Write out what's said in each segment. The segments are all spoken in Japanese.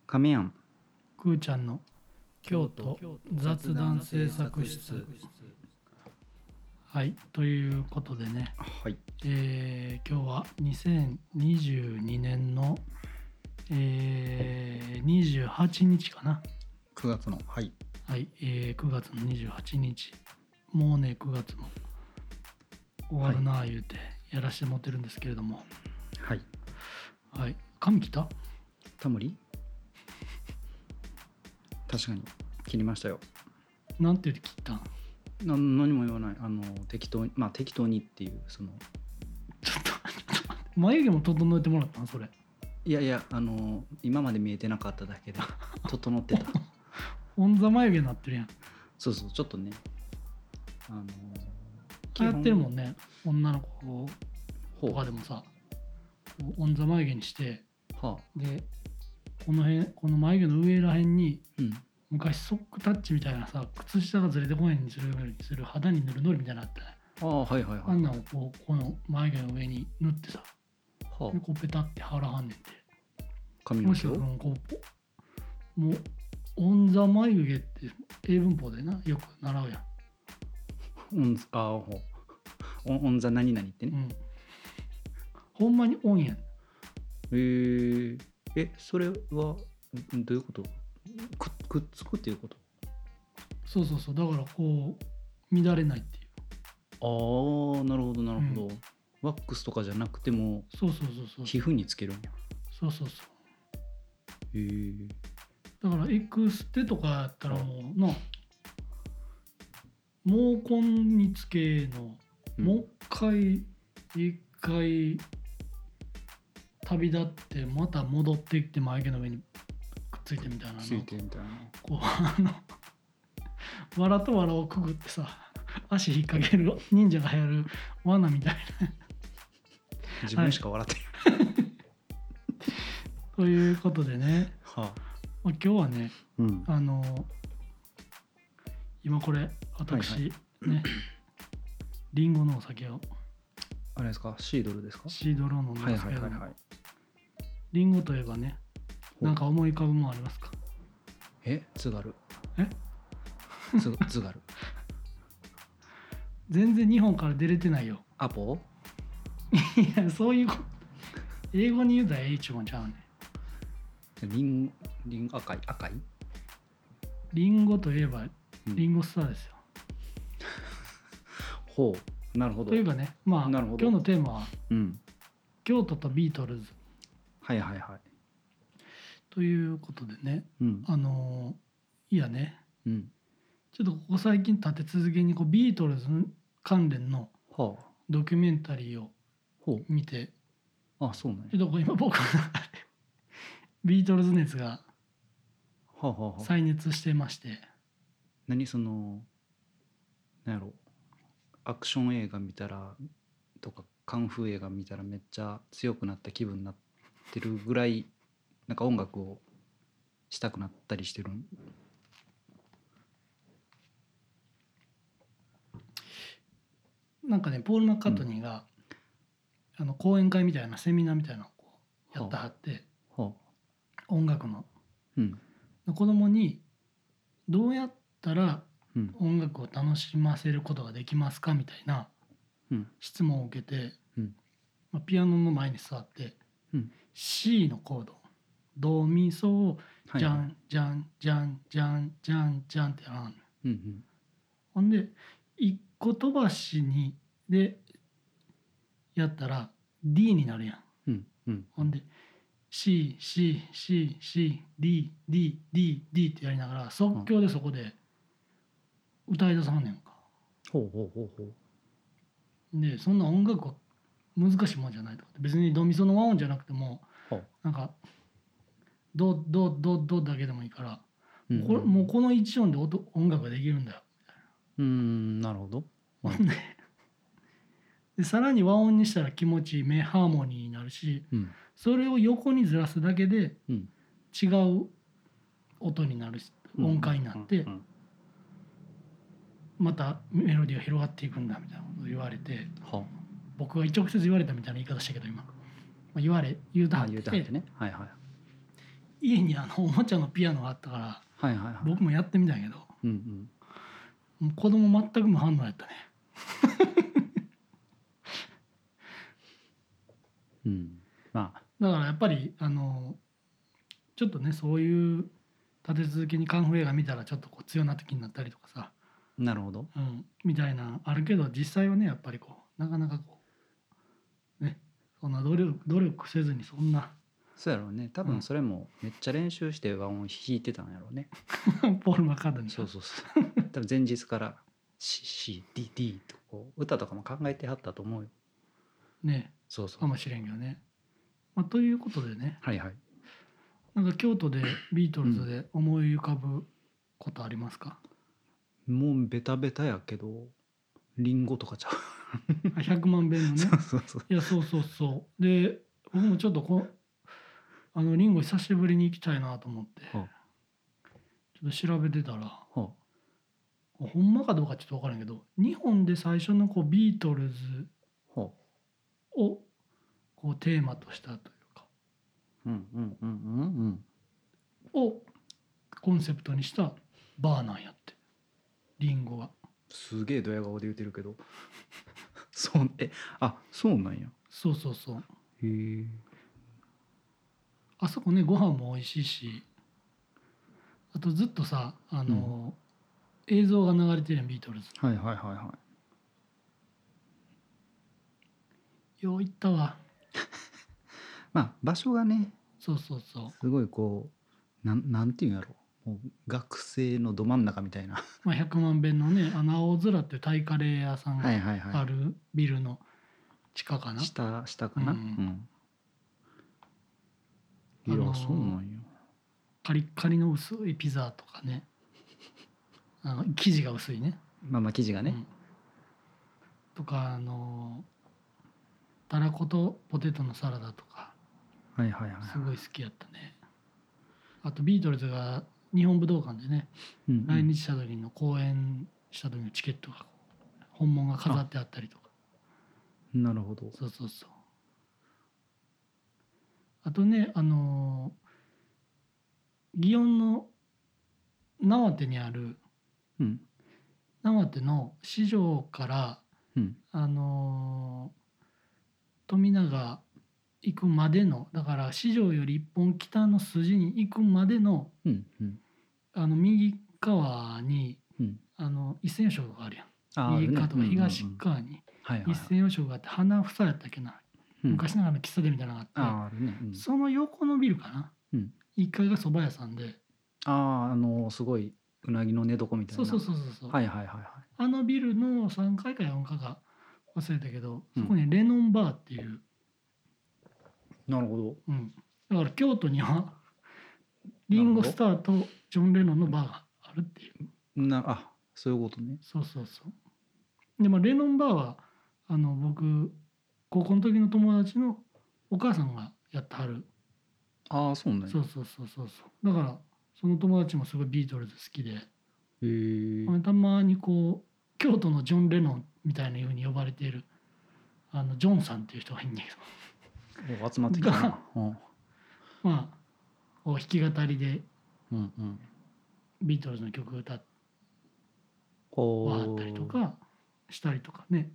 亀やん。 くーちゃんの京都雑談制作室。はい、ということでね、 はい。 今日は2022年の、28日かな。 9月の、はい。 はい、9月の28日。もうね、9月も終わるなあ言うてやらしてもってるんですけれども、 はい。 はい、髪切った？ タモリ確かに切りましたよ。 なんて言って切ったん？ 何も言わない。適当に、適当にっていう、 ちょっと眉毛も整えてもらったんそれ？ いやいや、今まで見えてなかっただけで、整ってた。 オンザ眉毛になってるやん。 そうそう、ちょっとね、 流行ってるもんね、女の子ほとう。 かでもさ、こうオンザ眉毛にして、 はあ。 でこの眉毛の上らへんにうん。 昔ソックタッチみたいなさ、靴下がずれてこないようにする肌に塗るのりみたいなのあったね。 ああ、はいはいはい。 あんなんをこの眉毛の上に塗ってさ、 はでこうペタって貼らはんねんて。 髪の毛をもしくはこうもうオンザ眉毛って英文法でなよく習うやん。 オンザ何々ってね。 ほんまにオンやん。 それはどういうこと？くっつくっていうこと？ そうそうそう、だからこう乱れないっていう。 ああ、なるほどなるほど。ワックスとかじゃなくてもそうそうそうそう。 皮膚につけるんや。 そうそうそう。 へえ。 だからエクステとかやったらもうな、毛根につけの、もう一回旅立ってまた戻ってきて眉毛の上にくっついてみたいなの。 ついてみたいな。 こうわらとわらをくぐってさ、足引っ掛ける忍者が流行る罠みたいな。 自分しか笑ってということでね、 はあ。 今日はね、 うん。 今これ私、ね、リンゴのお酒をあれですか？シードルですか？ シードルを飲んでますけど、リンゴといえばね、 ほうなんか思い浮かぶもんありますか？ 津軽。 え津軽。 全然日本から出れてないよ。 アポ？ いや、そういう英語に言うたら一番ちゃうね。 リン赤いリンゴといえばうんリンゴスターですよ。 ほう。なるほど。 というかね、まあなるほど今日のテーマはうん。 京都とビートルズはいはいはい。 ということでね、 うん。 いやね、 うん。 ちょっとここ最近立て続けにこうビートルズ関連のはあ。 ドキュメンタリーをほう。 見て、 あ、そうなんや。 ちょっとこう今僕の中でビートルズ熱がはあはあはあ。 再熱してまして、 何なんやろ、アクション映画見たらとかカンフー映画見たらめっちゃ強くなった気分になってるぐらいなんか音楽をしたくなったりしてるん？ なんかねポール・マッカートニーが、講演会みたいなセミナーみたいなのをこうやったはって、 はあ。 音楽のうん子供にどうやったらうん音楽を楽しませることができますかみたいなうん質問を受けて、 うんピアノの前に座ってうん C のコードドミソジャンジャンジャンジャンジャンジャンってやらんの。 うんほんで一個飛ばしにでやったら D になるやん。 うんうんほんで C C C C D D D D ってやりながら即興でそこで歌い出さんねんか。 ほうほうほうほう。 でそんな音楽は難しいもんじゃないとか、別にドミソの和音じゃなくてもはあ。 なんかドドドドだけでもいいから、 うんもうこの一音で音楽ができるんだよみなるほど。 たいな。でさらに和音にしたら気持ちいい目ハーモニーになるし、 うんそれを横にずらすだけでうん違う音になるし音階になって、 うんまたメロディーが広がっていくんだみたいなことを言われて、 は僕が直接言われたみたいな言い方したけど今、言うたはって、 言うたってね。はいはい。 家におもちゃのピアノがあったからはいはいはい。 僕もやってみたんやけど、 うんもう子供全く無反応やったね。 うんうん。まあだからやっぱりちょっとねそういう立て続けにカンフー映画見たらちょっとこう強なって気になったりとかさ、 なるほど。 みたいなあるけど、実際はねやっぱりこうなかなかこうねそんな努力せずにそんなそうやろうね。多分それもめっちゃ練習して和音弾いてたんやろうね。 ポール・マッカートニーがそうそうそう。多分前日から CCDD とこう歌とかも考えてはったと思うよ。 ねそうそう。 かもしれんけどね。ということでね、 はいはい。 なんか京都でビートルズで思い浮かぶことありますか？ もうベタベタやけどリンゴとかちゃう。 100万遍のね。 そうそうそう。 いやそうそうそう。で僕もちょっとリンゴ久しぶりに行きたいなと思ってはちょっと調べてたら、 あはほんまかどうかちょっと分からんけど、日本で最初のこうビートルズあはあ。 をこうテーマとしたというかうんうんうんうんうん。 をコンセプトにしたバーなんやって、リンゴが。 すげえドヤ顔で言うてるけど。そうそうなんや。 そうそうそう。 へえ。 あそこねご飯も美味しいし、あとずっとさ映像が流れてるやんビートルズ。 はいはいはいはよう行ったわ。 い。まあ場所がねそうそうそう。 すごいこうなんていうんやろもう学生のど真ん中みたいな。 100万遍のね青空っていうタイカレー屋さんがはいはいはい。 あるビルの地下かな。 下かな。 ううんん。いあのやそうなんや。 カリッカリの薄いピザとかね、生地が薄いね、 まあまあ生地がね。 とかたらことポテトのサラダとかはいはいはいはい。 すごい好きやったね。あとビートルズが日本武道館でねうんうん来日した時の公演した時のチケットが本物が飾ってあったりとか。 なるほど。 そうそうそう。あとね祇園の縄手にあるうん縄手の四条からうん富永行くまでの、だから四条より一本北の筋に行くまでのうんうん右側にうん。 一銭洋があるやん。 あるね。 右側とかうんうんうん東側にはいはいはい。 一銭洋があって、花房やったっけな、 うん昔ながらの喫茶店みたいなのがあって、 あるね。うんその横のビルかな、 うん。 1階が蕎麦屋さんで。 すごいうなぎの寝床みたいな。 そうそうそうそうそう、 はいはいはいはい。 あのビルの3階か4階か忘れたけど、 うんそこにレノンバーっていう、 なるほど。 だから京都にはリンゴスターとジョン・レノンのバーがあるっていう。 そういうことね。 そうそうそう。でもレノンバーは僕高校の時の友達のお母さんがやってはる。 そうなんや。 そうそうそうそうそう。だからその友達もすごいビートルズ好きで、 へえ。 たまにこう京都のジョン・レノンみたいな風に呼ばれているジョンさんっていう人がいるんだけ集まってきたな。うんど、まあこう弾き語りでうんうん。 ビートルズの曲を歌ってこはったりとかしたりとかね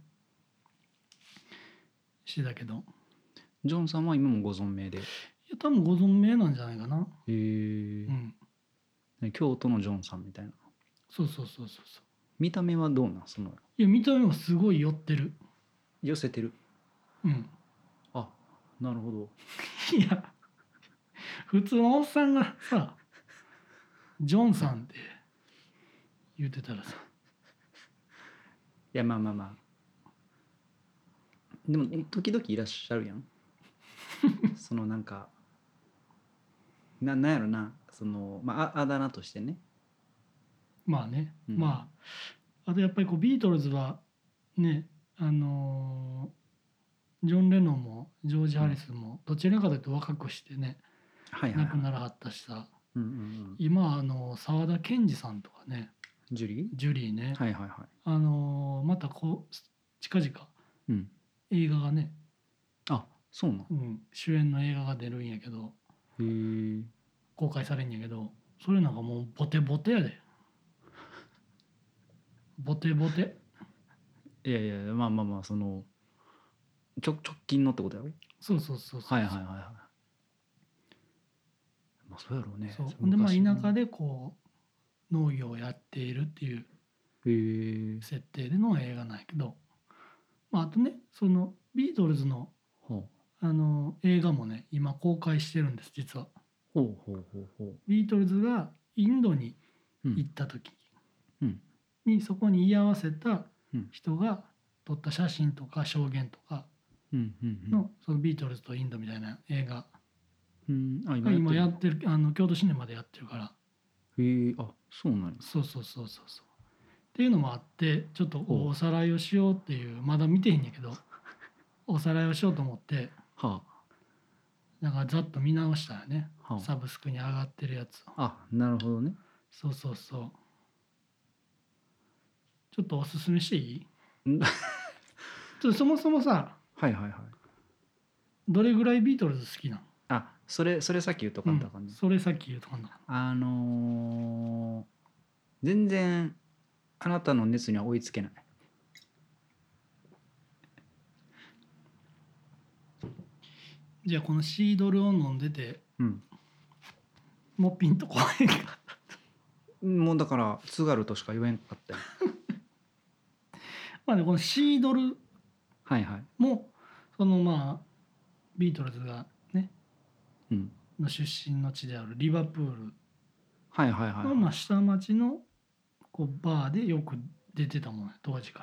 してたけど、 ジョンさんは今もご存命で。へいや多分ご存命なんじゃないかな。 え。京都のジョンさんみたいな。 そうそうそうそうそう。 見た目はどうなんいや見た目もすごい寄ってる。 寄せてる。 うんなるほど。 いや普通のおっさんがさジョンさんって言ってたらさ、 いやまあまあまあ。でも時々いらっしゃるやん。なんかなんやろなあだ名としてね。 まあね、 うんあとやっぱりこうビートルズはねジョン・レノンもジョージ・ハリスもどちらかというと若くしてねはいはいはい。 亡くならはったしさ、 うんうんうん。 今沢田研二さんとかね、 ジュリー。 ジュリーね、 はいはいはい。 またこう近々 うん。 映画がね、 そうなん。 主演の映画が出るんやけど、 へえ。 公開されんやけど、それなんかもうボテボテやで。ボテボテ。 いやいやまあまあまあその直近のってことやろ。 そうそうそうそう。 はいはいはいはい。まあそうやろうね。 そうでまあ昔の田舎でこう農業をやっているっていうへえ。 設定での映画なんやけど、まあ、あとねそのビートルズのほう映画もね今公開してるんです実は。 ほうほうほうほビートルズがインドにう。うん行った時うんにそこに居合わせたうん人が撮った写真とか証言とかうんうんのそのビートルズとインドみたいな映画うんあが今やるってる京都シネマでやってるから。 へえあそうなんやそうそうそうそうそうっていうのもあってちょっとほうおさらいをしようっていうまだ見てへんやけどおさらいをしようと思ってはなんかざっと見直したよねあはサブスクに上がってるやつを。 ああなるほどね。 そうそうそうちょっとおすすめしていい？ んちょっとそもそもさはいはいはい。 どれぐらいビートルズ好きなん？ あそれさっき言うとかったかね。 それさっき言うとかんだか全然あなたの熱には追いつけない。 じゃあこのシードルを飲んでてうんもうピンとこへんか。 もうだから津軽としか言えんかったよ。 まあねこのシードルはいはい。 もそのまあビートルズがねうんの出身の地であるリバプールはいはいはいの、まあ、下町のこうバーでよく出てたもんね当時から。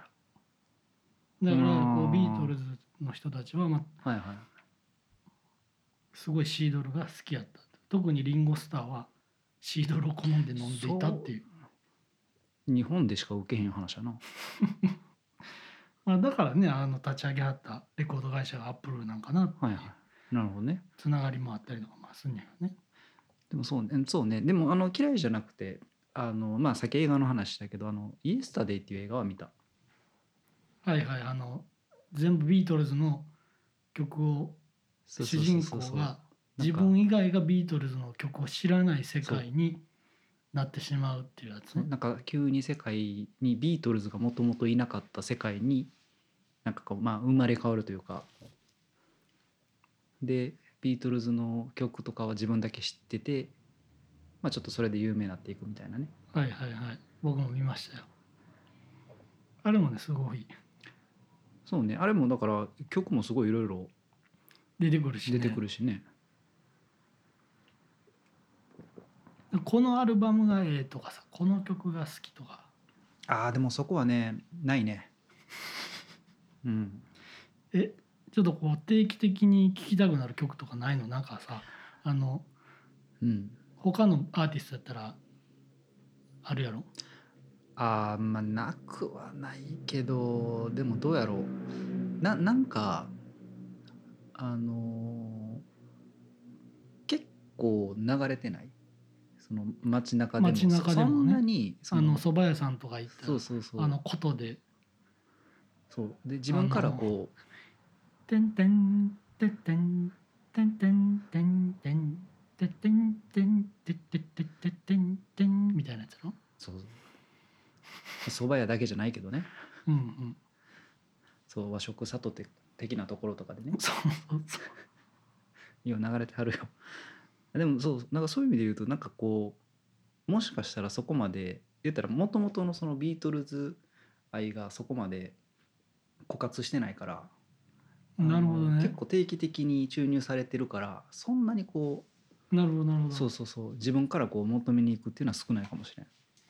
だからこうビートルズの人たちは、まあ、 はいはいすごいシードルが好きやった。特にリンゴスターはシードルを好んで飲んでいたっていう。 日本でしか受けへん話やな。 まあ、だからね立ち上げはったレコード会社がアップルなんかなってはいいうはいなるほどね。 つながりもあったりとかまあすんねんけどね。 でもそうねでも嫌いじゃなくてまあさっき映画の話したけどイエスタデイっていう映画は見た。 はいはい全部ビートルズの曲を主人公が自分以外がビートルズの曲を知らない世界になってしまうっていうやつね。 なんか急に世界にビートルズがもともといなかった世界になんかこうまあ生まれ変わるというかでビートルズの曲とかは自分だけ知ってて、まあ、ちょっとそれで有名になっていくみたいなね。 はいはいはい僕も見ましたよ。あれもねすごいそうねあれもだから曲もすごいいろいろ出てくるしね。 出てくるしね。 このアルバムがええとかさこの曲が好きとか。 ああでもそこはねないね。うんちょっとこう定期的に聴きたくなる曲とかないの？なんかさうん他のアーティストやったらあるやろ？ まあなくはないけどでもどうやろうなんかあの結構流れてないその街中でも街中でもねそんなに蕎麦屋さんとか行ったらそうそうそうことでそうで自分からこう 「てんてんてってんてんてんてんてんてってんてんてってってってってんてん」みたいなやつやろ？ そう蕎麦屋だけじゃないけどねうんうんそう和食里的なところとかでねそうそうそう今流れてはるよでもそうなんかそういう意味で言うとなんかこうもしかしたらそこまで言ったらもともとのそのビートルズ愛がそこまで枯渇してないからなるほどね。 結構定期的に注入されてるからそんなにこなるほどなるほうど。 そう自分からこう求めに行くっていうのは少ないかもしれない。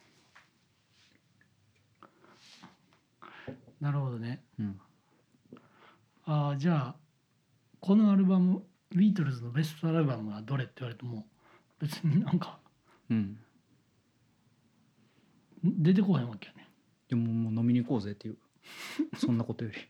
なるほどね。 うんじゃあこのアルバムビートルズのベストアルバムはどれって言われても別になんかうん出てこへんわけやね。 でももう飲みに行こうぜっていうそんなことより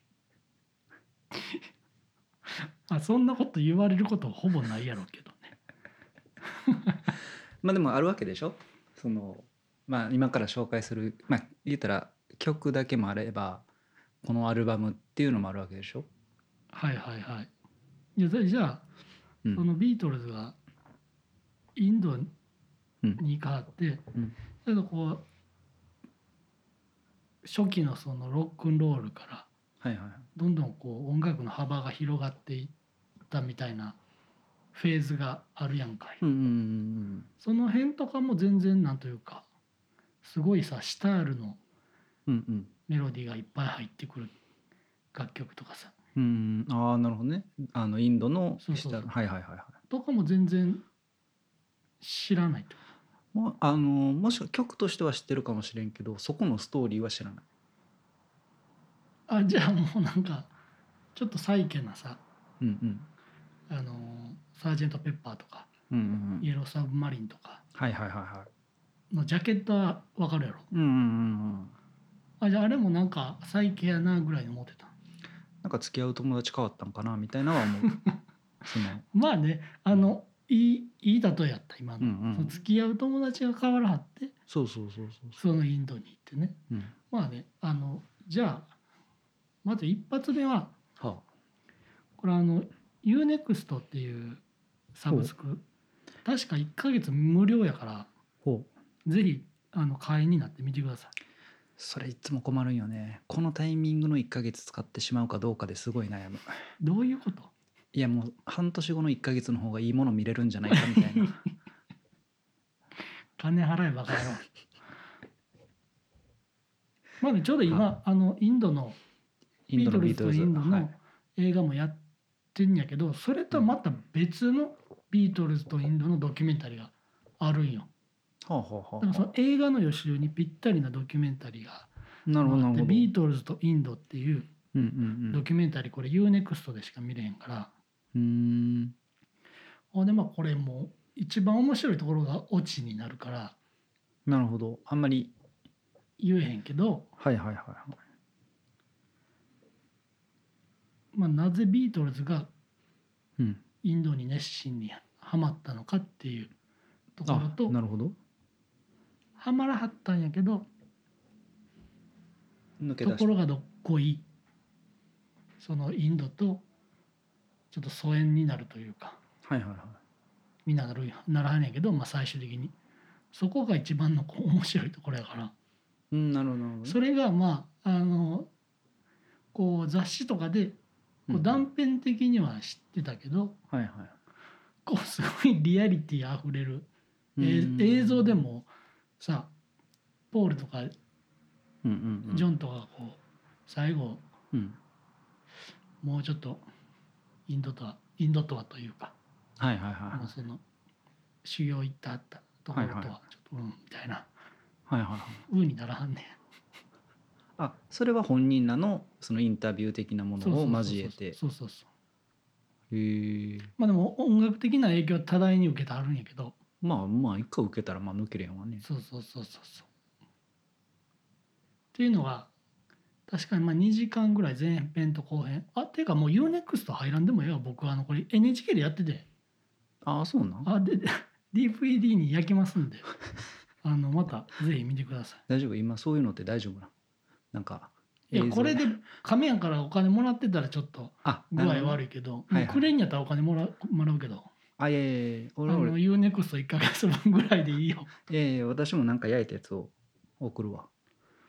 そんなこと言われることほぼないやろうけどね。 まあでもあるわけでしょそのまあ今から紹介するまあ言ったら曲だけもあればこのアルバムっていうのもあるわけでしょ。 はいはいはい。じゃあ、 うんそのビートルズがインドうんに行かはってうんだけどこう初期のそのロックンロールからはいはいどんどんこう音楽の幅が広がっていったみたいなフェーズがあるやんかい。 うんうんその辺とかも全然なんというかすごいさシタールのうんメロディーがいっぱい入ってくる楽曲とかさうんああなるほどね。インドのそうそうそうはいはいはいはい。 とかも全然知らないってこもし曲としては知ってるかもしれんけどそこのストーリーは知らない。 と。あじゃあもうなんかちょっとサイケなさうんうんあのサージェント・ペッパーとかうんうんイエロー・サブマリンとかはいはいはいはいのジャケットはわかるやろ。 うんうんうんあじゃああれもなんかサイケやなぐらいに思ってた。 なんか付き合う友達変わったんかなみたいなのは思う。そのまあねいい例えやった今の、 うんうんその付き合う友達が変わらはってそうそうそうそうそのインドに行ってねうんまあねじゃあまず一発目ははこれUNEXT っていうサブスク確か1ヶ月無料やからほうぜひ会員になってみてください。 それいつも困るんよね。このタイミングの1ヶ月使ってしまうかどうかですごい悩む。 どういうこと？ いやもう半年後の1ヶ月の方がいいもの見れるんじゃないかみたいな。 金払えばかやろ。まあねちょうど今インドのインドのビートルズビートルズとインドはいの映画もやってんやけどそれとはまた別のビートルズとインドのドキュメンタリーがあるんよ。 はあはあはあだからそのは映画の予習にぴったりなドキュメンタリーがあなるほどなあってるほど。 ビートルズとインドっていううんうんドキュメンタリーこれ UNEXT でしか見れへんからうんほんでまあこれもう一番面白いところがオチになるからなるほど。あんまり言えへんけど、 はいはいはいはいまあ、なぜビートルズがうんインドに熱心にハマったのかっていうところあとなるほど。 ハマらはったんやけど抜け出しところがどっこいそのインドとちょっと疎遠になるというかはいはいはいみんなならはんねんけど、まあ、最終的にそこが一番のこう面白いところやからうんなるほどなるほどね。 それがまあこう雑誌とかでこう断片的には知ってたけど、 はいはいこうすごいリアリティあふれる、映像でもさポールとかうんうんうんジョンとかこう最後うんもうちょっとインドとはというかはいはいはいはいその修行行ったところとははいはいちょっとみたいなはいはいはい風にならはんねん。 あそれは本人らのそのインタビュー的なものを交えてそうそうそうへえまあでも音楽的な影響は多大に受けてあるんやけどまあまあ一回受けたらまあ抜けれへんわね。 そうっていうのが確かにまあ2時間ぐらい前編と後編っていうかもう UNEXT 入らんでもええわ僕はこれ NHK でやっててああそうなんでDVD に焼きますんでまたぜひ見てください。 大丈夫今そういうのって大丈夫なんかいや映像これで亀やからお金もらってたらちょっと具合なるほど悪いけどはいはいくれんやったらお金もらうけどいやいやいや俺 UNEXT1 ヶ月分ぐらいでいいよ。 いやいや私もなんか焼いたやつを送るわ。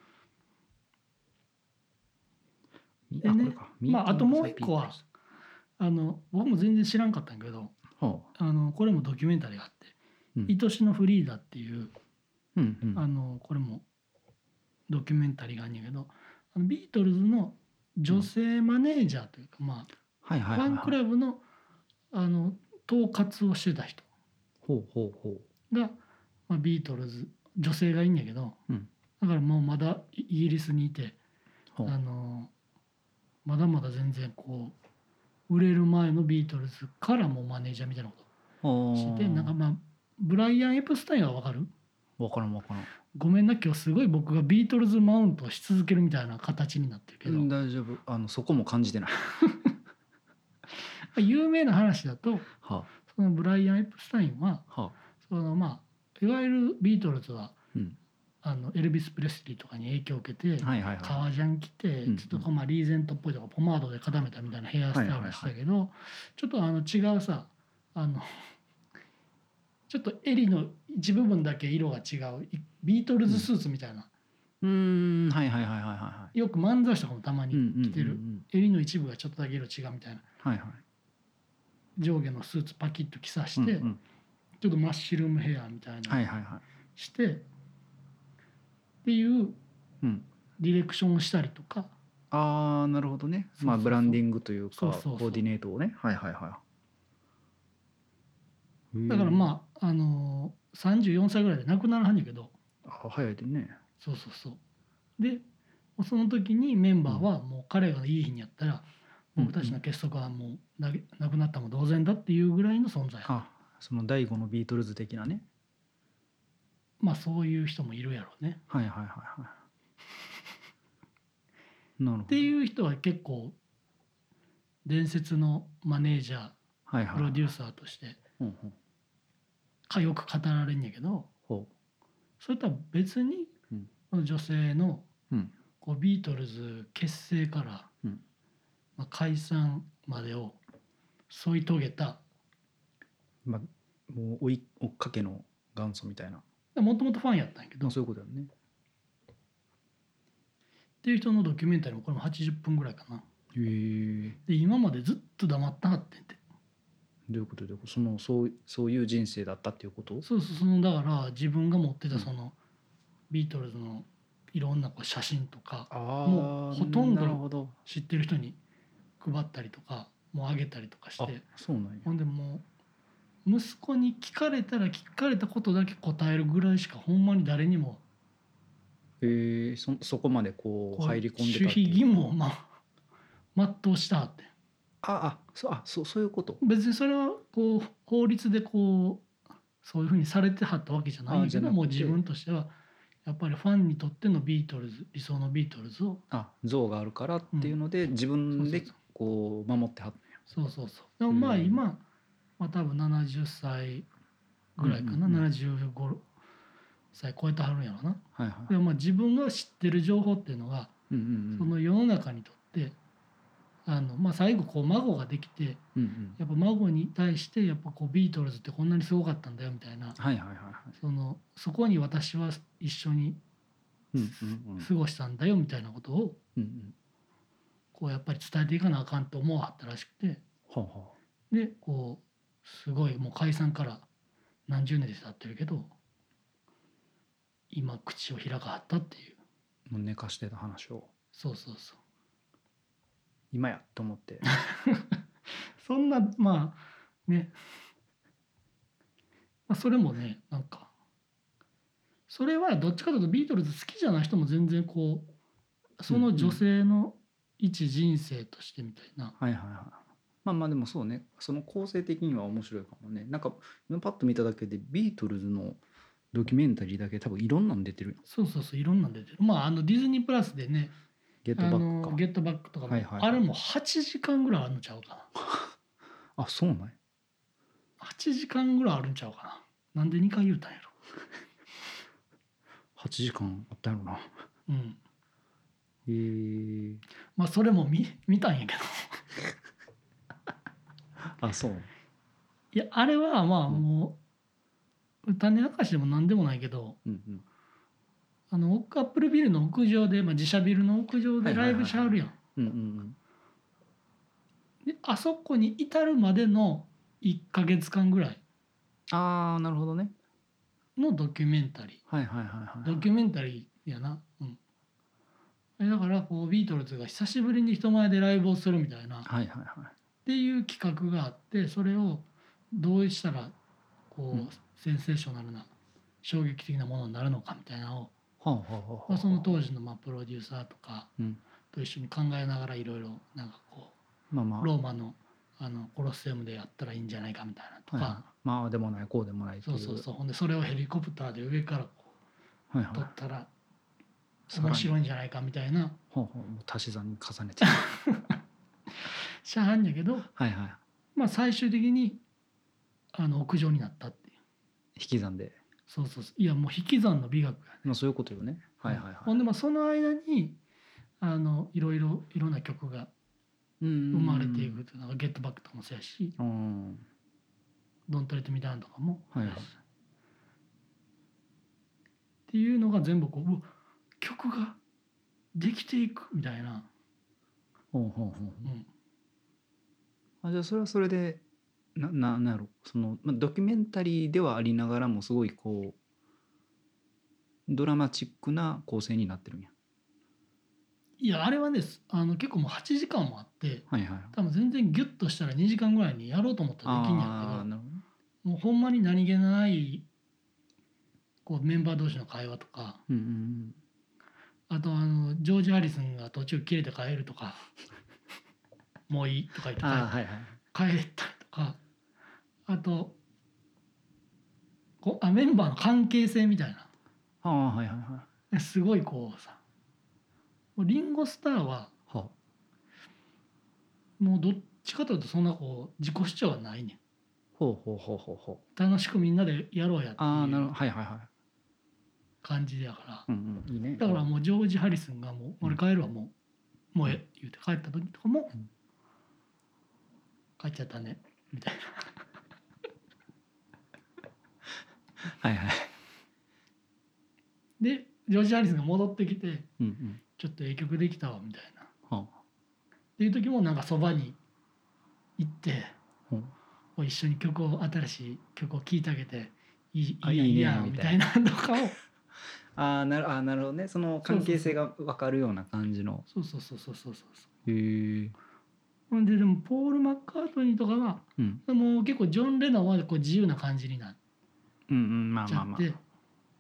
でねこれかまああともう一個はミーティング僕も全然知らんかったんやけどはあこれもドキュメンタリーがあってうん 「愛しのフリーダ」っていううんうんこれもドキュメンタリーがあるんやけどビートルズの女性マネージャーというか、まはいはいはいあファンクラブの統括をしてた人ほうほうほが、まあ、ビートルズ女性がいいんやけどうんだからもうまだイギリスにいてほうまだまだ全然こう売れる前のビートルズからもマネージャーみたいなことしててなんかまあブライアン・エプスタインは分かる？ 分からん分からんごめんな今日すごい僕がビートルズマウントをし続けるみたいな形になってるけど、 大丈夫そこも感じてない有名な話だとはそのブライアン・エプスタインはあはあそのまあいわゆるビートルズはうんエルビス・プレスリーとかに影響を受けて、 はいはいはい革ジャン着てうんちょっとこうまあリーゼントっぽいとかポマードで固めたみたいなヘアスタイルをしてたけど、ちょっと違うさちょっと襟の一部分だけ色が違うビートルズスーツみたいな、 はいはいはいはいはよく漫才師とかもたまい。 に着てる、襟の一部がちょっとだけ色違うみたいな、 はいはい。 上下のスーツパキッと着さして、 うんうん、 ちょっとマッシュルームヘアみたいなはいはいはい。 してっていううん。 ディレクションをしたりとか、 ああなるほどね。まあブランディングというかコーディネートをね。はいはいはい。 だからまあ34歳ぐらいで亡くなるはんやけど、 あ早いでね。 そうそうそう。でその時にメンバーはもう彼がいい日にやったら、僕たちの結束はもうなくなったも同然だっていうぐらいの存在やった。 あその第5のビートルズ的なね。 まあそういう人もいるやろうね。 はいはいはいはい。なるほど。 っていう人は結構伝説のマネージャー、 はいはい、 プロデューサーとしてよく語られるんやけど、それとは別に、女性のこうビートルズ結成から、まあ、解散までを添い遂げた、 まあ、もう追っかけの元祖みたいな。 もともとファンやったんやけど、 そういうことだよね。 っていう人のドキュメンタリーもこれも80分ぐらいかな。 へえ。 で今までずっと黙ってはってんて。 どういうことでそういう人生だったっていうこと？ そうだから自分が持ってたその、ビートルズのいろんなこう写真とかもうほとんど知ってる人に配ったりとかもうあげたりとかして、 そうなんや。 ほんでもう息子に聞かれたら聞かれたことだけ答えるぐらいしかほんまに誰にもそこまでこう入り込んでた守秘義務を全うしたって。 そういうこと。 別にそれはこう法律でこうそういうふうにされてはったわけじゃないんやけども、自分としてはやっぱりファンにとってのビートルズ、理想のビートルズを像があるからっていうので、自分でこう守ってはったんや。 そうでもまあ今、多分70歳ぐらいかな、75歳超えてはるんやろな。でも自分が知ってる情報っていうのが、その世の中にとって最後こう孫ができて、やっぱ孫に対してやっぱこうビートルズってこんなにすごかったんだよみたいな、そこに私は一緒に過ごしたんだよみたいなことをこうやっぱり伝えていかなあかんと思わはったらしくて、でこうすごいもう解散から何十年で経ってるけど今口を開かはったっていう。 もう寝かしてた話をそう今やと思ってそんなね、それもねなんかそれはどっちかというとビートルズ好きじゃない人も全然こうその女性の一人生としてみたいな、 まあでもそうね、その構成的には面白いかもね。なんか今パッと見ただけでビートルズのドキュメンタリーだけ多分いろんなの出てる。 そういろんなの出てる。ディズニープラスでね、 ゲットバックか。 ゲットバックとかも、あれも8時間ぐらいあるんちゃうかな。そうなんや。 8時間ぐらいあるんちゃうかな。なんで2回言うたんやろ。 8時間あったやろな。 それも見たんやけどそう。 いやあれはもう種明かしでも何でもないけど、アップルビルの屋上で、自社ビルの屋上でライブしはるやん。であそこに至るまでの1ヶ月間ぐらいなるほどねのドキュメンタリー。ドキュメンタリーやな。だからこうビートルズが久しぶりに人前でライブをするみたいな、っていう企画があって、それをどうしたらこう、センセーショナルな衝撃的なものになるのかみたいなのを、その当時のプロデューサーとかと一緒に考えながらいろいろなんかこう、ローマのコロッセウムでやったらいいんじゃないかみたいなとか、 でもないこうでもないっていう。 ほんでそれをヘリコプターで上からこう撮ったら面白いんじゃないかみたいな、 足し算に重ねてしゃはんやけど、最終的に屋上になったっていう。 引き算で。 いやもう引き算の美学やね。 そういうことよね。 ほんでその間にいろんな曲が生まれていくというのがゲットバックとかもそうやし、 ドントレットみたいなのとかも、 はいはいっていうのが全部こう曲ができていくみたいな、 ほうほうほううん、 あ、じゃあそれはそれでなんやろその、まあ、ドキュメンタリーではありながらもすごいこうドラマチックな構成になってるんや。 いやあれはね結構もう8時間もあってはいはい。 多分全然ギュッとしたら2時間ぐらいにやろうと思ったらできんやけど、 ああなるほどね。 もうほんまに何気ないこうメンバー同士の会話とか、 うんうんあとジョージ・ハリスンが途中切れて帰るとかもういいとか言ってああはいはい。 帰ったりとか、あとメンバーの関係性みたいああはいはいはい。 なすごいこうさ、もうリンゴスターははもうどっちかというとそんなこう自己主張はないねん。 ほうほうほうほうほう。 楽しくみんなでやろうやってああなるほどいうはいはいはい。 感じだから、 うんうんいいね。 だからもうジョージ・ハリスンがもううん俺帰るわもうええ言うて帰った時とかもうん帰っちゃったねみたいな。 はいはい。 でジョージ・ハリスンが戻ってきてうんうんちょっとええ曲できたわみたいなっはていう時もなんかそばに行ってほうこう一緒に新しい曲を聴いてあげていあいやんいいやいいねみんみたいたいな。 なとかをああなるほどね。その関係性が分かるような感じの。 そうそうそうそうそうそうへえ。 ほんでもポール・マッカートニーとかはうんもう結構ジョン・レノンはこう自由な感じになっうんうんまあちゃって、 まあまあ。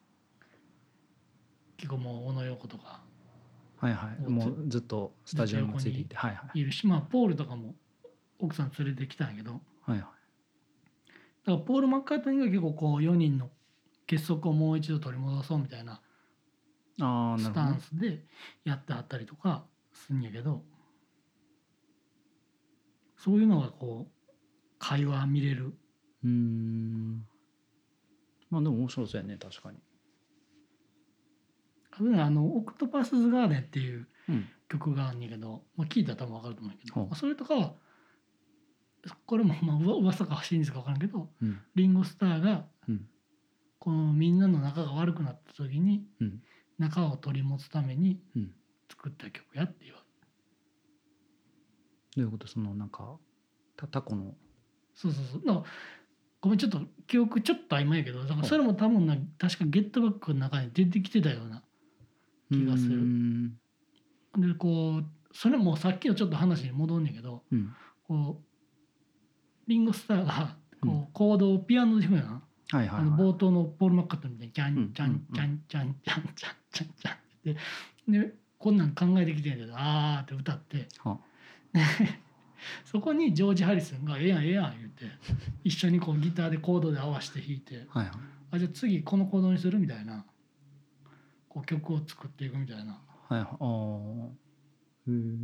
結構もう小野陽子とかはいはい。もうずっとスタジオにもついていてはいはいいるし、まあポールとかも奥さん連れてきたんやけど、だかはいはい。 らポール・マッカートニーが結構こう4人の結束をもう一度取り戻そうみたいなスタああなるほどね。 ンスでやってはったりとかするんやけど、そういうのがこう会話見れる。 まあでも面白そうやね確かに。 あとねオクトパスズ・ガーデンっていううん曲があるんやけど、まあ、聞いたら多分分かると思うんやけど、 ほうまあそれとかはこれもまあ噂か真実か分からんけどうんリンゴスターがうんこのみんなの仲が悪くなった時にうん仲を取り持つためにうん作った曲やっていう。 どういうことそのなんかタコのそうそうそう。だからごめんちょっと記憶ちょっと曖昧やけど、だからそれも多分確かゲットバックの中に出てきてたような気がする。でこうそれもさっきのちょっと話に戻んねんけど、 うんこうリンゴスターがうんこうコードをピアノで弾くやん。 はいはいはい。 冒頭のポール・マッカートニーみたいにチャンうんチャンチャンチャンチャンチャンチャンチャンってでこんなん考えてきてんやけどあーって歌ってはそこにジョージ・ハリスンが「ええやんええやん」言って一緒にこうギターでコードで合わせて弾いてはいはいあじゃあ次このコードにするみたいなこう曲を作っていくみたいな。 はいはいああへえ。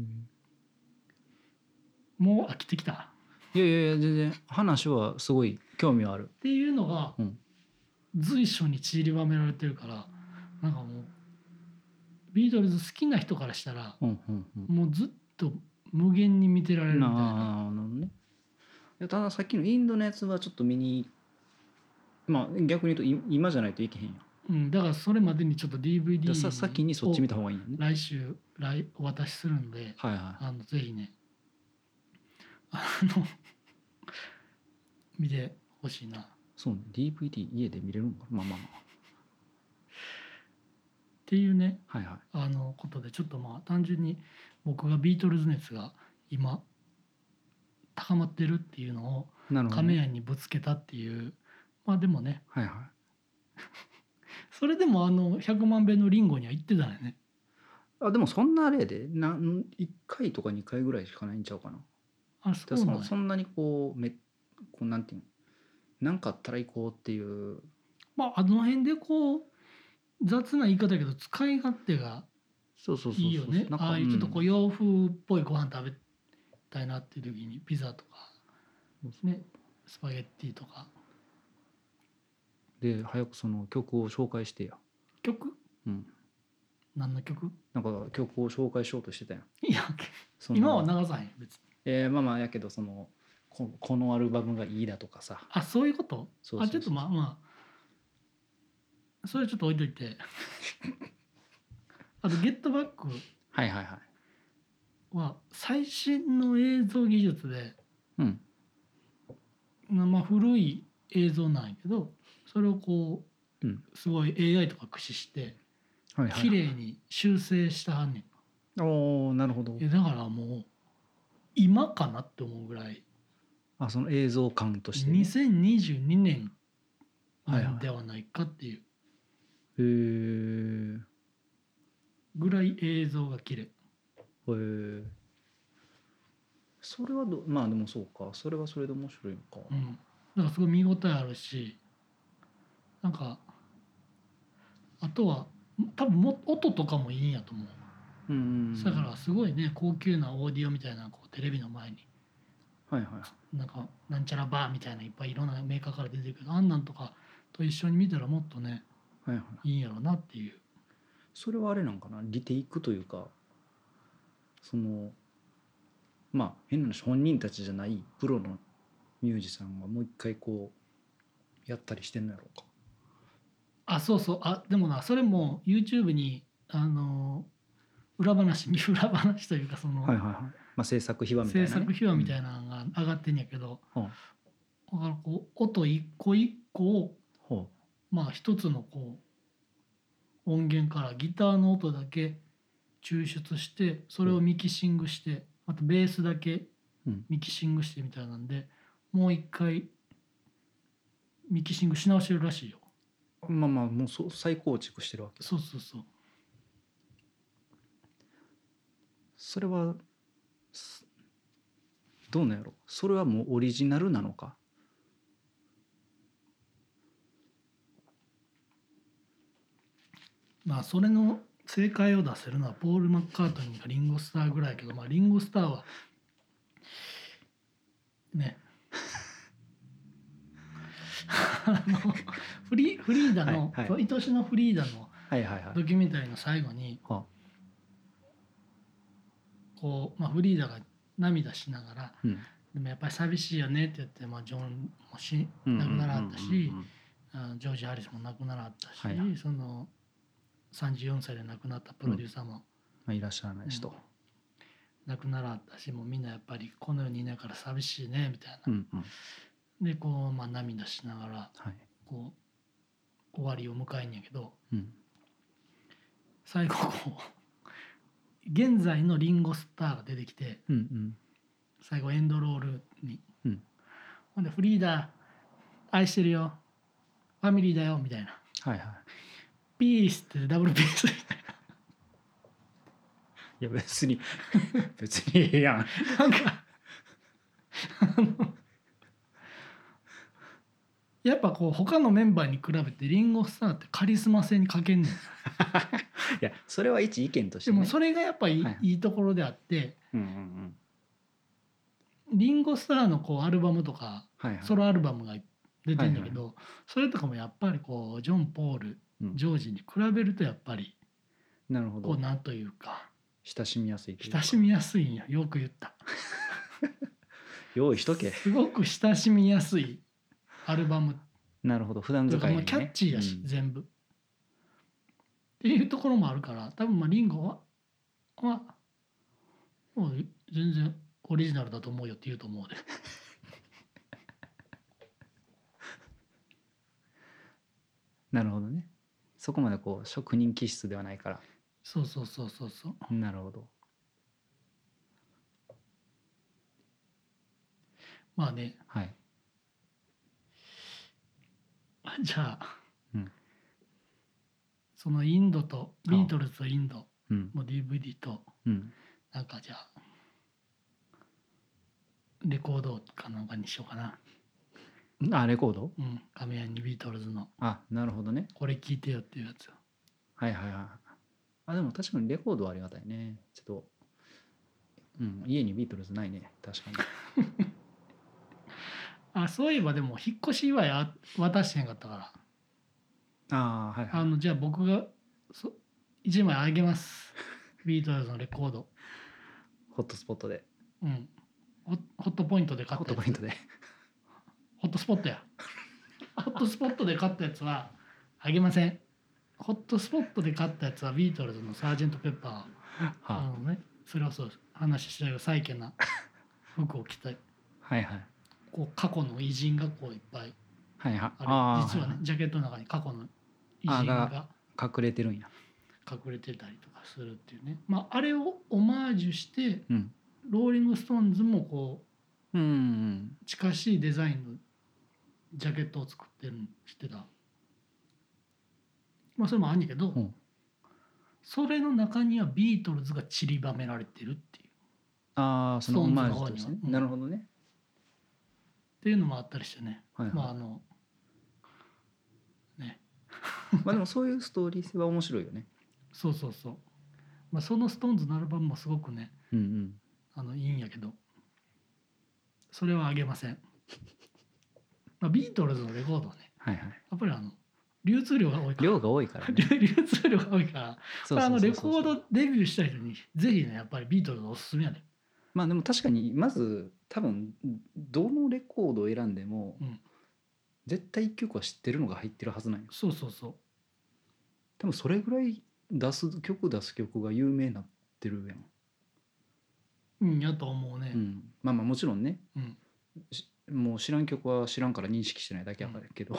もう飽きてきたいやいやいや全然話はすごい興味はある。 っていうのがうん随所に散りばめられてるからなんかもうビートルズ好きな人からしたらうんうんもうずっと無限に見てられるみたいな。 なるほどね。いやたださっきのインドのやつはちょっと見にまあ逆に言うと今じゃないといけへんやん。 だからそれまでにちょっと DVD 先にそっち見た方がいいんやね。 来週お渡しするんで、 はいはい。 ぜひねの見てほしいなっそうね DVD 家で見れるのかなまあまあまていうねあはいはい。 ことでちょっとまあ単純に僕がビートルズ熱が今高まってるっていうのをなるほどね。 亀屋にぶつけたっていうまあでもねはいはそれでも100万遍のリンゴには行ってたよね。 い。あでもそんなあれで1回とか2回ぐらいしかないんちゃうかな。 あそうなんやそんなにこうなんていうのなんかあったら行こうっていうまあの辺でこう雑な言い方だけど使い勝手がそうそうそうそういいよね。 なんかああいうちょっとこう洋風っぽいご飯食べたいなっていう時にピザとかねスパゲッティとかで早くその曲を紹介してや。 曲うん。 何の曲なんか曲を紹介しようとしてたやん。 いやその今は流さへん別に。 まあまあやけどそのこのアルバムがいいだとかさ。 あ、そういうこと。 そうそうそうちょっとまあそれちょっと置いといてあとゲットバックはいはいはい。 は最新の映像技術で、 うん。 まあ古い映像なんやけど、それをこうん。 うすごい AI とか駆使してはいはい。 綺麗に修正したはんねん。 おお、なるほど。 だからもう今かなって思うぐらい、 あ、その映像感としてね。 2022年はいはなんではないかっていうい。へえ。 ぐらい映像が綺麗。 へえ。それはまあでもそうか。それはそれで面白いのか。 うん、だからすごい見応えあるし、なんかあとは多分音とかもいいんやと思う。 うん。 だからすごいね、高級なオーディオみたいなこうテレビの前にはいはいなんかなんちゃらバーみたいないっぱいいろんなメーカーから出てるけど、あんなんとかと一緒に見たらもっとねはいはい。 いいんやろなっていう。 それはあれなんかな。リテイクというか、そのまあ変な話、本人たちじゃないプロのミュージシャンがもう一回こうやったりしてんのやろうか。 あ、そうそう。あ、でもな、それも YouTube に裏話というか、そのはいはいはい。まあ制作秘話みたいなね。 制作秘話みたいなのが上がってんやけど、 うん。 だからこう音一個一個をほまあ一つのこう音源からギターの音だけ抽出して、それをミキシングして、またベースだけう。うん。 ミキシングしてみたいなんで、もう一回ミキシングし直してるらしいよ。 まあまあもう再構築してるわけだ。 そうそうそう。 それはどうなんやろ。それはもうオリジナルなのか。 まあそれの正解を出せるのはポール・マッカートニーかリンゴ・スターぐらいやけど、まあリンゴ・スターはねフリーダの、 はいはい愛しのフリーダのはいはいはい。 ドキュメンタリーの最後にはこう、まあ、フリーダが涙しながら、 うん。 でもやっぱり寂しいよねって言って、まあ、ジョンも亡くならはったし、ジョージ・ハリスも亡くならはったし、 はいはいその34歳で亡くなったプロデューサーも、 まあいらっしゃらないしと。 亡くならはったし、もうみんなやっぱりこの世にいないから寂しいねみたいな。 うんうん。 でこう、まあ、涙しながらはい。 こう終わりを迎えんやけど、 うん最後こう現在のリンゴ・スターが出てきて、 うんうん最後エンドロールに、 うん。 ほんでフリーダ愛してるよファミリーだよみたいな、 はいはい。 ピースってダブルピースみたいいや別に別にええやん。 な、なんかやっぱこう他のメンバーに比べてリンゴ・スターってカリスマ性に欠けんねん。 いやそれは一意見としてね。 でもそれがやっぱいい、 はいいいところであって、 うんうんうん。 リンゴ・スターのこうアルバムとかはいはい。 ソロアルバムが出てんだけど、 はそれとかもやっぱりこうジョン・ポール、 うんジョージに比べるとやっぱりなるほど。 こうなんというか親しみやすいというか。 親しみやすいんや。よく言った。 用意しとけ。 すごく親しみやすいアルバムなるほど。普段というかもう使いにね。 キャッチーやし、 うん全部っていうところもあるから、多分まあリンゴはもう全然オリジナルだと思うよって言うと思うで。 なるほどね。そこまでこう職人気質ではないから。 そうそうそうそうそう。 なるほど。 まあね、 はい。 じゃあうんそのインドとビートルズとインドうんの DVD とうんなんかじゃあレコードかなんかにしようかな。 あ、レコード。 亀谷にビートルズのあ、なるほどね。 これ聞いてよっていうやつ。 はいはいはい。あ、でも確かにレコードはありがたいね。ちょっと、家にビートルズないね。確かに。 あ、そういえばでも引っ越し祝い渡してへんかったから、 ああ、はいはい。 じゃあ僕が1枚あげます。ビートルズのレコード。 ホットスポットで。 うん。 ホットポイントで買ったやつホットポイントでホットスポットやホットスポットで買ったやつはあげません。ホットスポットで買ったやつはビートルズのサージェントペッパーはね、それはそう話したよ、サイケな服を着てはいはいこう過去の偉人がこういっぱいはいはいある。実はね、 はいジャケットの中に過去の偉人が隠れてるんや。 隠れてたりとかするっていうね、まあ、あれをオマージュしてうんローリング・ストーンズもこうんうんう近しいデザインのジャケットを作ってるの知ってた？まあそれもあんねんけど、 うんそれの中にはビートルズが散りばめられてるっていうああそのオマージュとしてね、 うんなるほどね。 っていうのもあったりしてね、 はいはいまあねまあでもそういうストーリー性は面白いよね。 そうそうそう、まあ、そのストーンズのアルバムもすごくねうんいいんやけど、それはあげません。まあ、ビートルズのレコードはねはいはいやっぱり流通量が多いから量が多いからね。 流通量が多いからそうそうそうそうレコードデビューした人にぜひねやっぱりビートルズおすすめやね。 まあでも確かにまず多分どのレコードを選んでもうん、 絶対1曲は知ってるのが入ってるはずなんよ。 そうそうそうでもそれぐらい出す曲が有名になってるやん。 うんやと思うね。 まあまあもちろんねうんもう知らん曲は知らんから認識してないだけやからけど、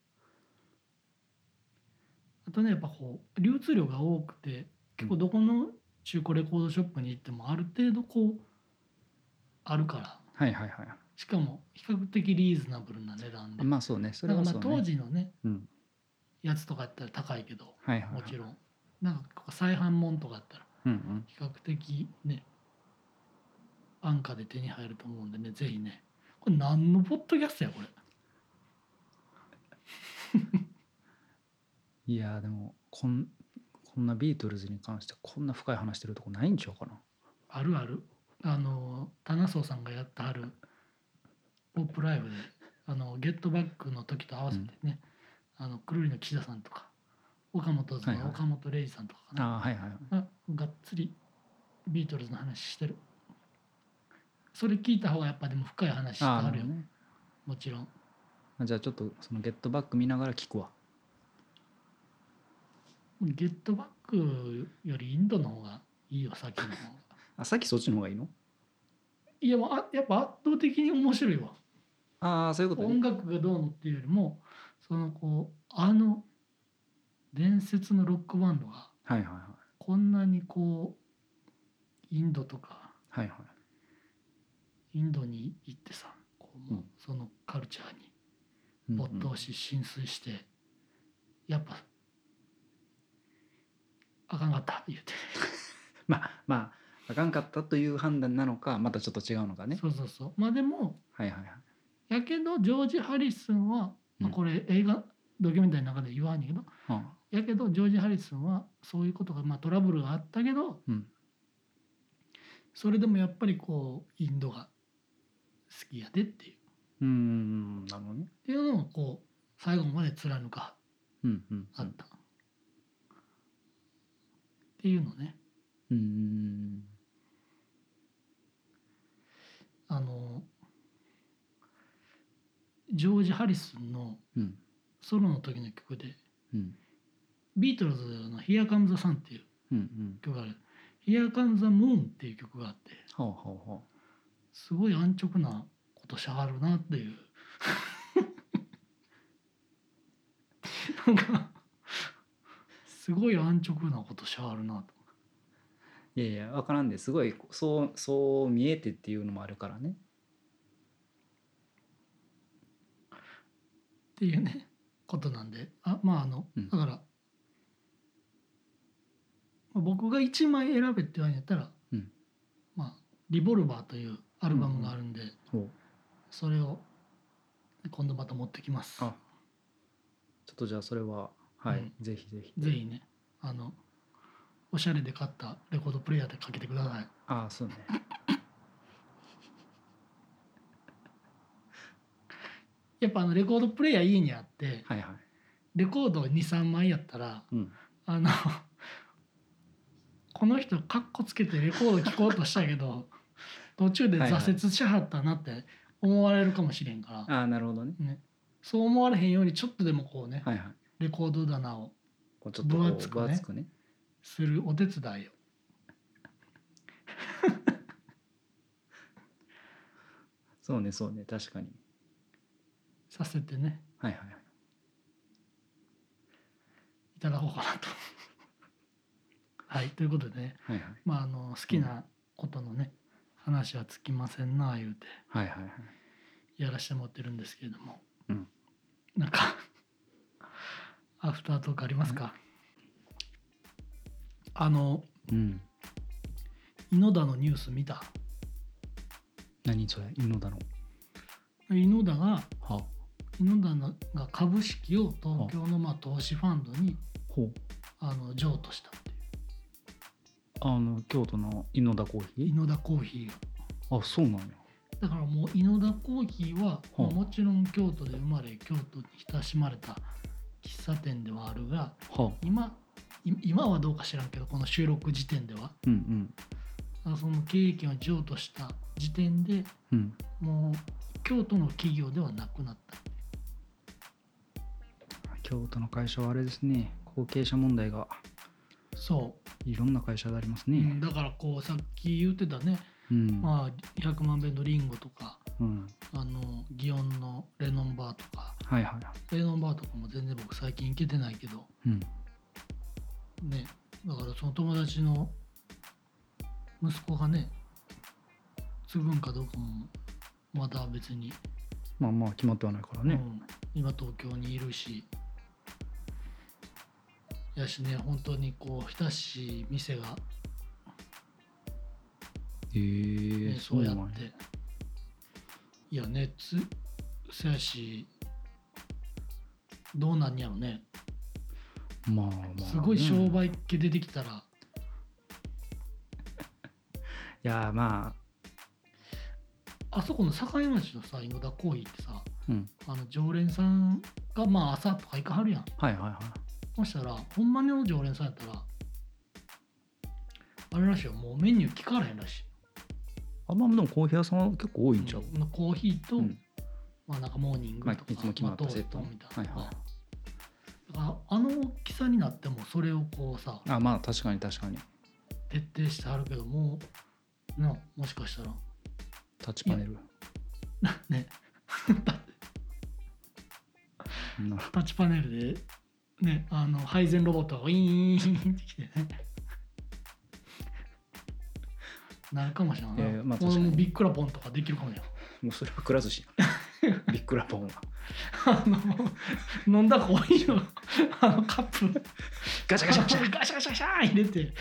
あとねやっぱこう流通量が多くて結構どこの中古レコードショップに行ってもある程度こうあるからはいはいはいしかも比較的リーズナブルな値段で、 まあそうねそだれはそうね。 からまあ当時のねうんやつとかやったら高いけどはいはいはいもちろんなんかこう再販もんとかやったらうん比較的ね安価で手に入ると思うんでねぜひね。これ何のポッドキャストやこれ。 いやでもこんなビートルズに関してこんな深い話してるとこないんちゃうかな。 あるある。タナソーさんがやってはるポップライブでゲットバックの時と合わせてね、くるりの岸田さんとか岡本図はいはいの岡本零士さんとかかな、 ああはいはいはいがっつりビートルズの話してる。それ聞いた方がやっぱでも深い話してあるよ、 ね。 もちろん。 じゃあちょっとそのゲットバック見ながら聞くわ。 ゲットバックよりインドの方がいいよ、さっきの方が。 あさっきそっちの方がいいの？ いやもうやっぱ圧倒的に面白いわ。 ああそういうことね。 音楽がどうのっていうよりもそのこう伝説のロックバンドがはいはいはいこんなにこうインドとかはいはいインドに行ってさこうもううんそのカルチャーにうんうん没頭し浸水してやっぱあかんかった言うてまああかんかったという判断なのかまたちょっと違うのかね。 そうそうそうまあでもはいはいはいやけどジョージ・ハリスンは、まあ、これ映画ドキュメンタリーの中で言わんねんけどあやけどジョージ・ハリスンはそういうことが、まあ、トラブルがあったけどうんそれでもやっぱりこうインドが好きやでっていうなるほどね。 っていうのをこう最後まで貫かあった、っていうのねジョージ・ハリスンのソロの時の曲でビートルズの「Here Comes the Sun」っていう曲がある「Here Comes the Moon」っていう曲があってすごい安直なことしはるなっていうなんかすごい安直なことしはるなと。 いやいや分からんですごいそう見えてっていうのもあるからね。 っていうねことなんでまあだから僕が1枚選べって言わんやったら、まあ「リボルバー」というアルバムがあるんで、それを今度また持ってきます。 ちょっとじゃあそれははい、ぜひぜひぜひねおしゃれで買ったレコードプレーヤーでかけてください。 そうねやっぱレコードプレーヤー家にあって、 はいはいレコード23枚やったら、この人カッコつけてレコード聴こうとしたけど途中で挫折しはったなって思われるかもしれんから、 ああなるほどね。 ね、そう思われへんようにちょっとでもこうね、 はいはい。 レコード棚をこうちょっとこう分厚くね分厚くね。 するお手伝いをそうねそうね確かに。 させてねはいはいはい。 いただこうかなとはいということでね、 はいはいまあ好きなことのね、話はつきませんな言うてはいはいはい。 やらしてもらってるんですけれども、 うんなんかアフタートークありますか？ うん。 猪田のニュース見た？ 何それ猪田の。 猪田がは猪田が株式を東京の投資ファンドにほう。 譲渡したっていう京都の猪田コーヒ猪田コーヒーが。 ー。あそうなんや。 だからもう猪田コーヒーは、 はあもちろん京都で生まれ京都に親しまれた喫茶店ではあるが、 はあ。 今はどうか知らんけどこの収録時点ではうんその経営権を譲渡した時点でうんうん。 もう京都の企業ではなくなった。 京都の会社はあれですね。後継者問題がそいろんな会社でありますう、 ね。 だからこうさっき言ってたね、 うん。 100万遍のリンゴとかうん。 祇園のレノンバーとかはいはい。 レノンバーとかも全然僕最近行けてないけどうん。 ね、だからその友達の息子がね継ぐんかどうかもまだ別に、 まあ決まってはないからね。 今東京にいるしやしね、本当にこう親しい店が、そうやなんや。 っていやねそやしどうなんやろね、 まあすごい商売っ気出てきたら、 いやあそこの境町のさ猪田コーヒーってさ、 うん。 常連さんが朝とか行かはるやん。 はいはいはい。 そしたらほんまの常連さんやったらあれらしいよ、もうメニュー聞かれへんらしい。 でもコーヒー屋さんは結構多いんちゃう？ コーヒーと、 うんなんかモーニングとか、 いつも決まったセットトーストみたいな、 はいはい。 だから大きさになってもそれをこうさ確かに徹底してあるけどもしかしたらタッチパネルねなタッチパネルでね配膳ロボットがウィーンってきてねなるかもしれないな、 確かにもうビックラポンとかできるかもしれない。 もうそれはくら寿司ビックラポンは飲んだコーヒーのカップガシャガシャガシャガシャガシャガシャ入れて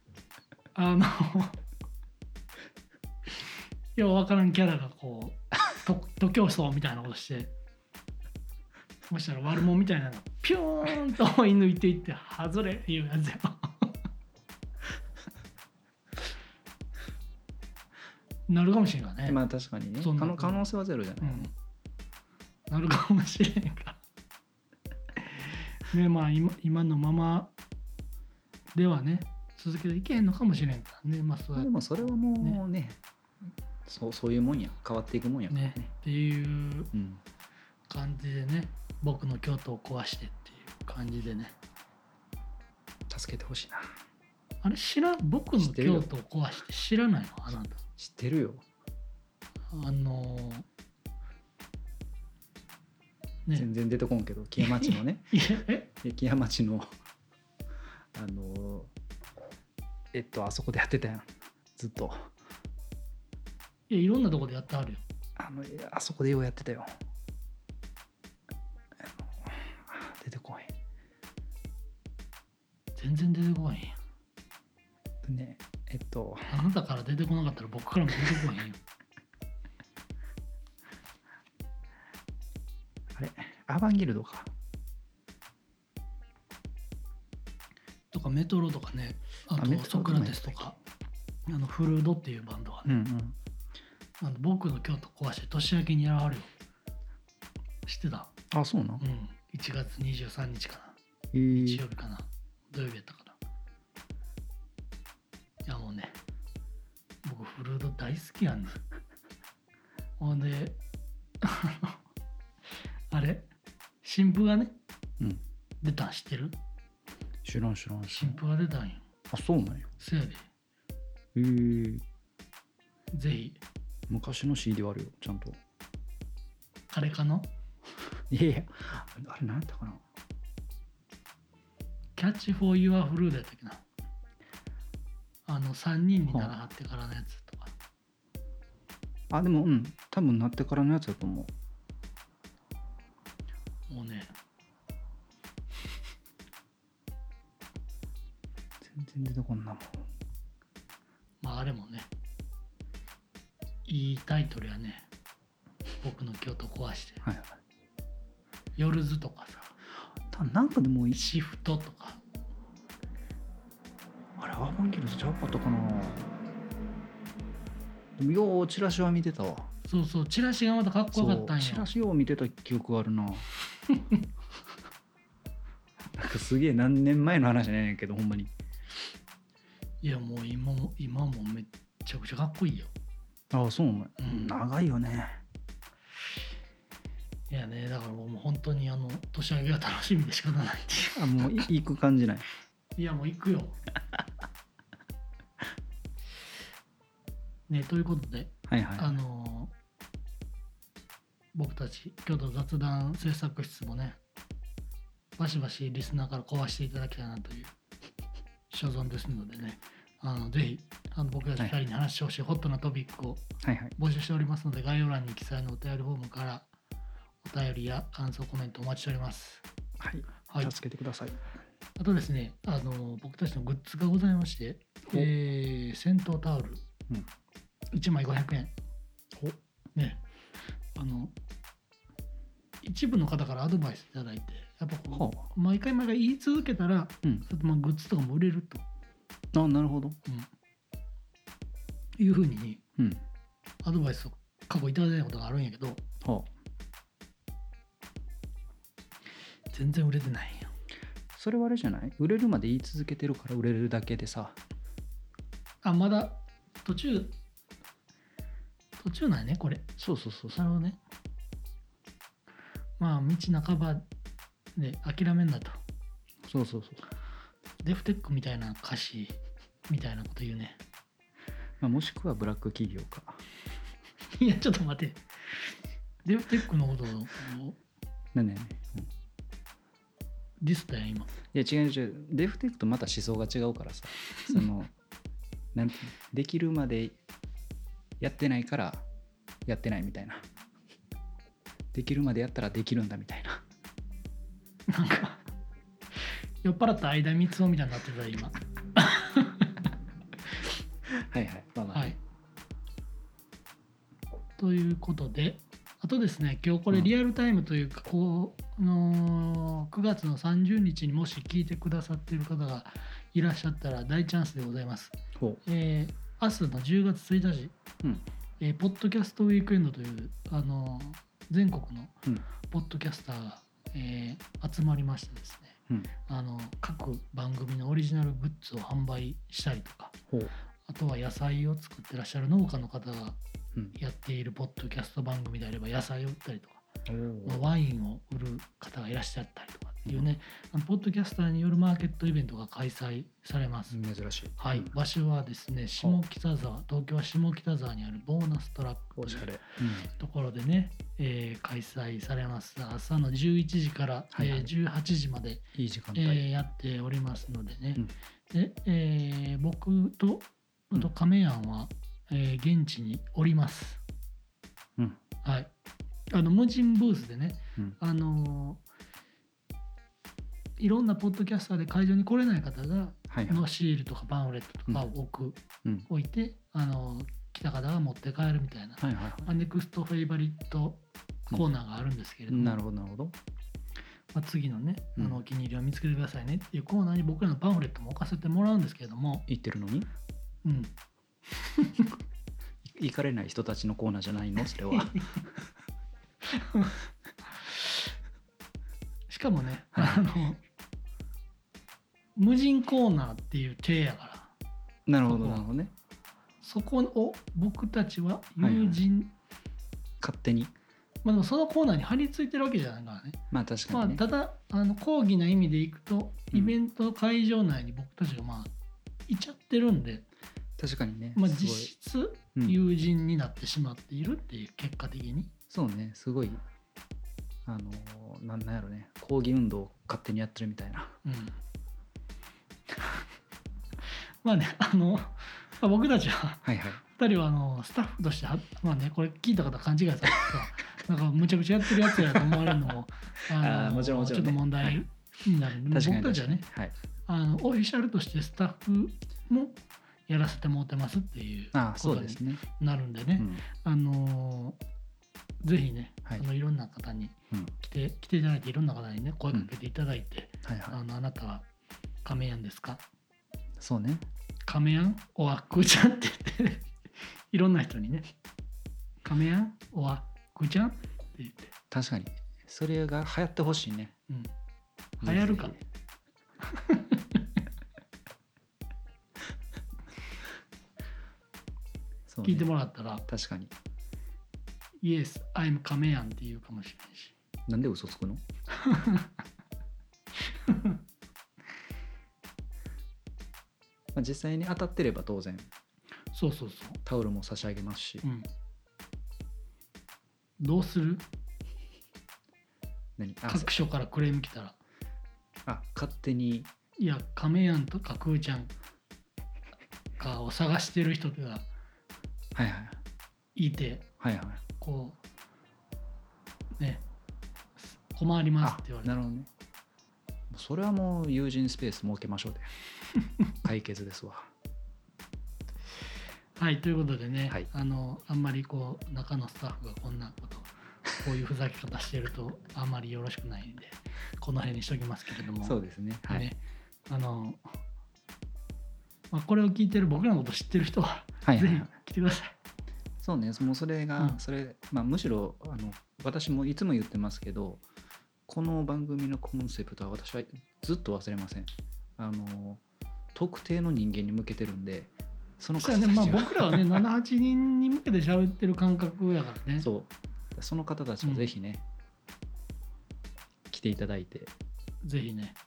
ようわからんキャラがこう徒競走みたいなことしてそしたら悪者みたいなのピューンと追い抜いていって外れいうやつよなるかもしれんがね。 確かにね。 そんな可能性はゼロじゃない、 なるかもしれんからね。今のままではね続けていけへんのかもしれんからね。 でもそれはもうねそういうもんや、変わっていくもんやからねっていう感じでね、僕の京都を壊してっていう感じでね、 助けてほしいな。 あれ僕の京都を壊して知らないの？あなた知ってるよ。全然出てこんけど、木屋町のね木屋町のあそこでやってたやんずっと。 いろんなとこでやってあるよ。 あそこでようやってたよ。出てこい。 全然出てこいんね。 あなたから出てこなかったら僕からも出てこいんよあれアバンギルドかとかメトロとかね、あとソクラテスとかフルードっていうバンドはね、僕の京都壊して年明けにやらはるよ。知ってた？ そうなん。 1月23日かな、 日曜日かな、土曜日やったかな。いやもうね、僕フルード大好きやねん。ほんであれ新婦がねうん。 出たん知ってる？ 知らん。 新婦が出たんよ。 あ、そうなんや。 せやで。 へえ。 ぜひ昔の CD あるよ、ちゃんと。 カレカのいやいや、あれ何やったかな。 キャッチフォーユアフルードやったっけな。3人にならはってからのやつとか。 あ、でも多分なってからのやつだと思もうね、 全然出てこんなもん。 まああれもね、いいタイトルやね。僕の京都壊して。 はいはい。 夜図とかさ、 なんかでもシフトとか。 あれアーバンギルスちゃうかったかな。でもようチラシは見てたわ。 そうそう、チラシがまたかっこよかったんよ。 チラシよう見てた記憶あるな。なんかすげえ何年前の話じゃないねんけど、ほんまに。 いやもう今もめっちゃくちゃかっこいいよ。 ああ、そうなんや、 うん長いよね。 いやね、だからもう本当に年明けが楽しみで仕方ないっていう。 あ、もう行く感じない。 いやもう行くよ。ね、ということで、 はいはい。 僕たち京都雑談制作室もね、バシバシリスナーから壊していただきたいなという所存ですのでね、ぜひ僕たち2人に話してほしいホットなトピックをはいはい。 募集しておりますので、概要欄に記載のお便りフォームからお便りや感想コメントお待ちしております。 はい。 はい、 助けてください。 あとですね、僕たちのグッズがございまして、銭湯タオル、1枚500円。ね、一部の方からアドバイスいただいて、やっぱこう、毎回言い続けたら、グッズとかも売れると。 あ、なるほど。 いうふうに、アドバイスを過去いただいたことがあるんやけど、全然売れてないよ。 それはあれじゃない？売れるまで言い続けてるから売れるだけでさ。 あ、まだ途中なんやね、これ。 そう。 なるほどね。まあ、道半ばで諦めんなと。 そう。 デフテックみたいな歌詞みたいなこと言うね。 まあ、もしくはブラック企業か。 いや、ちょっと待って。デフテックのことをね、 ディスったやん、今。 いや違う。デフテックとまた思想が違うからさ。なんてできるまでやってないからやってないみたいな。できるまでやったらできるんだみたいな。 なんか酔っ払った間三つ男みたいになってた今。 はい。 はい。ということで、あとですね、今日これリアルタイムというか、9月の30日にもし聞いてくださっている方がいらっしゃったら大チャンスでございます。明日の10月1日、ポッドキャストウィークエンドという全国のポッドキャスターが、集まりましてですね、各番組のオリジナルグッズを販売したりとか、あとは野菜を作ってらっしゃる農家の方がやっているポッドキャスト番組であれば野菜を売ったりとか、ワインを売る方がいらっしゃったりとかっていうね、ポッドキャスターによるマーケットイベントが開催されます。 珍しい。 はい、場所はですね、下北沢、東京は下北沢にあるボーナストラックというところでね、開催されます。朝の11時から、18時までいい時間帯、 やっておりますのでね。で、僕とあと亀やんは、現地におります。はい。無人ブースでね、いろんなポッドキャスターで会場に来れない方が、のシールとかパンフレットとかを置いて、来た方が持って帰るみたいな、ネクストフェイバリットコーナーがあるんですけれども、 なるほど。 次のね、お気に入りを見つけてくださいねっていうコーナーに僕らのパンフレットも置かせてもらうんですけれども、 言ってるのに行かれない人たちのコーナーじゃないのそれは。 しかもね、無人コーナーっていう体やから。 なるほどね。 そこを僕たちは友人、 勝手にまあ、でもそのコーナーに張り付いてるわけじゃないからね。 まあ確かにね、 まあ、ただ講義な意味でいくとうんイベント会場内に僕たちがまあいちゃってるんで、 確かにね、 まあ、 すごい実質うん友人になってしまっているっていう結果的に、 そうね、すごいなんやろね、抗議運動を勝手にやってるみたいな。 うん、まあねまあ僕たちははいはい。 2人はスタッフとしてまあねこれ聞いた方勘違いされてさなんかむちゃくちゃやってるやつやと思われるのももちろんもちろんねちょっと問題になるんで、 確かに僕たちはねはい、 オフィシャルとしてスタッフもやらせてもらってますっていうそうことにですね、 なるんでね、 うんぜひね、 はいいろんな方にうん来ていただいて、いろんな方にね声かけていただいて、 はいはい、 あなたは亀やんですか、 そうね、 亀やんおわくちゃんって言っていろんな人にね亀やんおわくちゃんって言って確かにそれが流行ってほしいね。 流行るかそうね、 聞いてもらったら確かに。 Yes, I'm 亀やんって言うかもしれないし、 なんで嘘つくの？まあ実際に当たってれば当然そうそうそう、 タオルも差し上げますし、 どうする？ 何各所からクレーム来たら、 勝手にいや亀やんとかくーちゃんかを探してる人がはいはいいて、 はいはい、 こうね困りますって言われて、 なるほどね。それはもう友人スペース設けましょうで解決ですわ。 はいということでね、 はい、 あんまりこう中のスタッフがこんなことこういうふざけ方してるとあんまりよろしくないんでこの辺にしときますけれども、 そうですね、はい、 ねまあ、これを聞いてる僕らのこと知ってる人は、 はいはいはい、 ぜひ来てください。 そうね、もうそれが、むしろ私もいつも言ってますけど、この番組のコンセプトは私はずっと忘れません。特定の人間に向けてるんで、その方たちは、 まあ、僕らはね7,8人に向けて喋ってる感覚やからね。 その方たちはぜひね、来ていただいて、 ぜひね、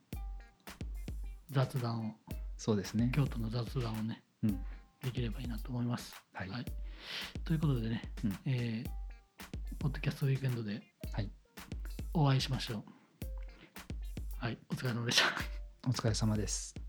雑談を、 そうですね、 京都の雑談をね、できればいいなと思います。 はいはい、ということでね、ポッドキャストウィークエンドでお会いしましょう。はい、お疲れ様でした。 お疲れ様です。